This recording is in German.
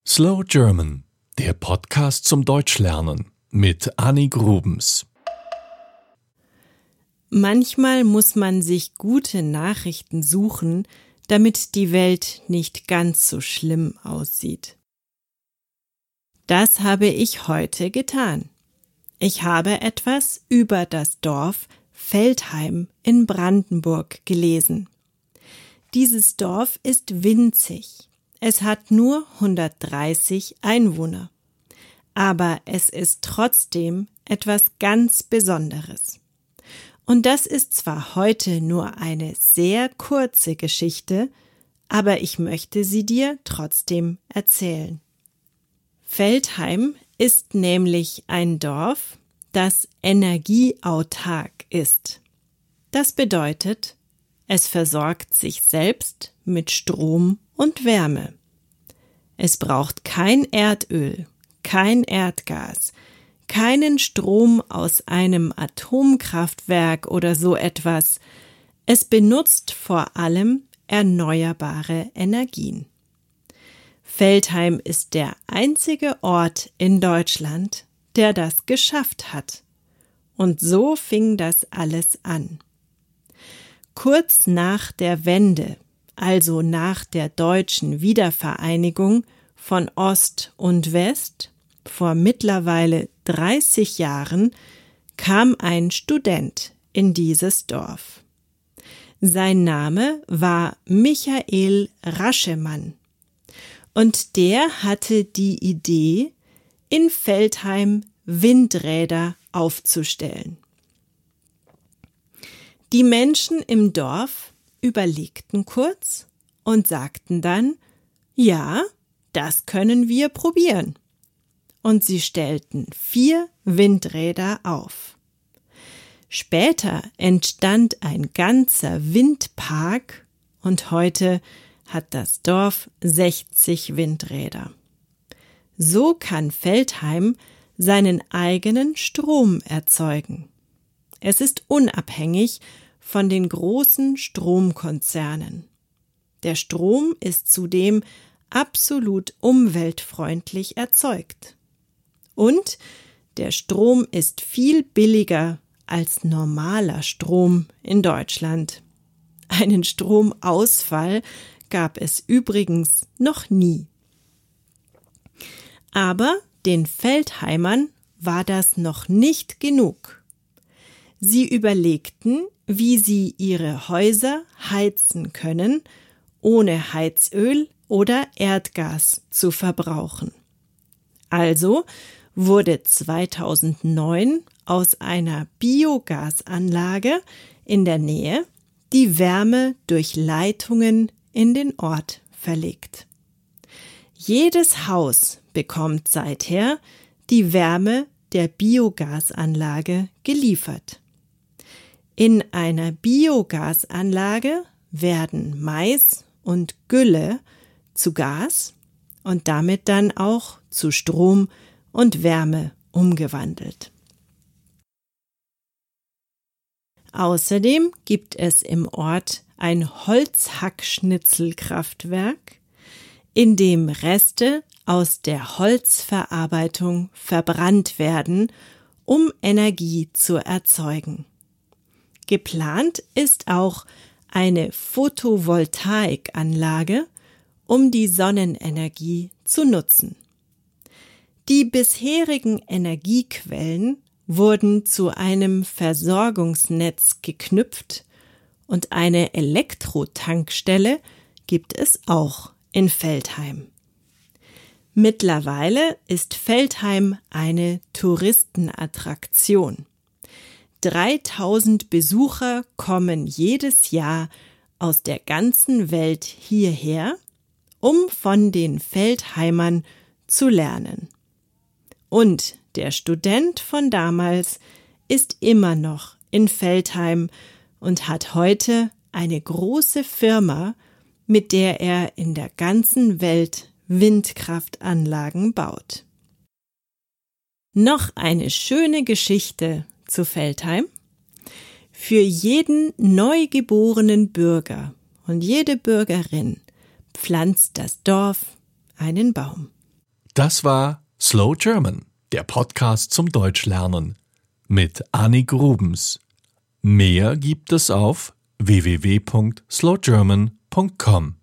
Slow German, der Podcast zum Deutschlernen mit Anni Grubens. Manchmal muss man sich gute Nachrichten suchen, damit die Welt nicht ganz so schlimm aussieht. Das habe ich heute getan. Ich habe etwas über das Dorf Veltheim in Brandenburg gelesen. Dieses Dorf ist winzig. Es hat nur 130 Einwohner. Aber es ist trotzdem etwas ganz Besonderes. Und das ist zwar heute nur eine sehr kurze Geschichte, aber ich möchte sie dir trotzdem erzählen. Veltheim ist nämlich ein Dorf, das energieautark ist. Das bedeutet, es versorgt sich selbst mit Strom und Wärme. Es braucht kein Erdöl, kein Erdgas, keinen Strom aus einem Atomkraftwerk oder so etwas. Es benutzt vor allem erneuerbare Energien. Veltheim ist der einzige Ort in Deutschland, der das geschafft hat. Und so fing das alles an. Kurz nach der Wende, also nach der deutschen Wiedervereinigung von Ost und West, vor mittlerweile 30 Jahren, kam ein Student in dieses Dorf. Sein Name war Michael Raschemann und der hatte die Idee, in Veltheim Windräder aufzustellen. Die Menschen im Dorf überlegten kurz und sagten dann, ja, das können wir probieren. Und sie stellten 4 Windräder auf. Später entstand ein ganzer Windpark und heute hat das Dorf 60 Windräder. So kann Veltheim seinen eigenen Strom erzeugen. Es ist unabhängig von den großen Stromkonzernen. Der Strom ist zudem absolut umweltfreundlich erzeugt. Und der Strom ist viel billiger als normaler Strom in Deutschland. Einen Stromausfall gab es übrigens noch nie. Aber den Veltheimern war das noch nicht genug. Sie überlegten, wie sie ihre Häuser heizen können, ohne Heizöl oder Erdgas zu verbrauchen. Also wurde 2009 aus einer Biogasanlage in der Nähe die Wärme durch Leitungen in den Ort verlegt. Jedes Haus bekommt seither die Wärme der Biogasanlage geliefert. In einer Biogasanlage werden Mais und Gülle zu Gas und damit dann auch zu Strom und Wärme umgewandelt. Außerdem gibt es im Ort ein Holzhackschnitzelkraftwerk, in dem Reste aus der Holzverarbeitung verbrannt werden, um Energie zu erzeugen. Geplant ist auch eine Photovoltaikanlage, um die Sonnenenergie zu nutzen. Die bisherigen Energiequellen wurden zu einem Versorgungsnetz geknüpft und eine Elektrotankstelle gibt es auch in Veltheim. Mittlerweile ist Veltheim eine Touristenattraktion. 3000 Besucher kommen jedes Jahr aus der ganzen Welt hierher, um von den Veltheimern zu lernen. Und der Student von damals ist immer noch in Veltheim und hat heute eine große Firma, mit der er in der ganzen Welt Windkraftanlagen baut. Noch eine schöne Geschichte zu Veltheim. Für jeden neugeborenen Bürger und jede Bürgerin pflanzt das Dorf einen Baum. Das war Slow German, der Podcast zum Deutschlernen mit Annik Grubens. Mehr gibt es auf www.slowgerman.com.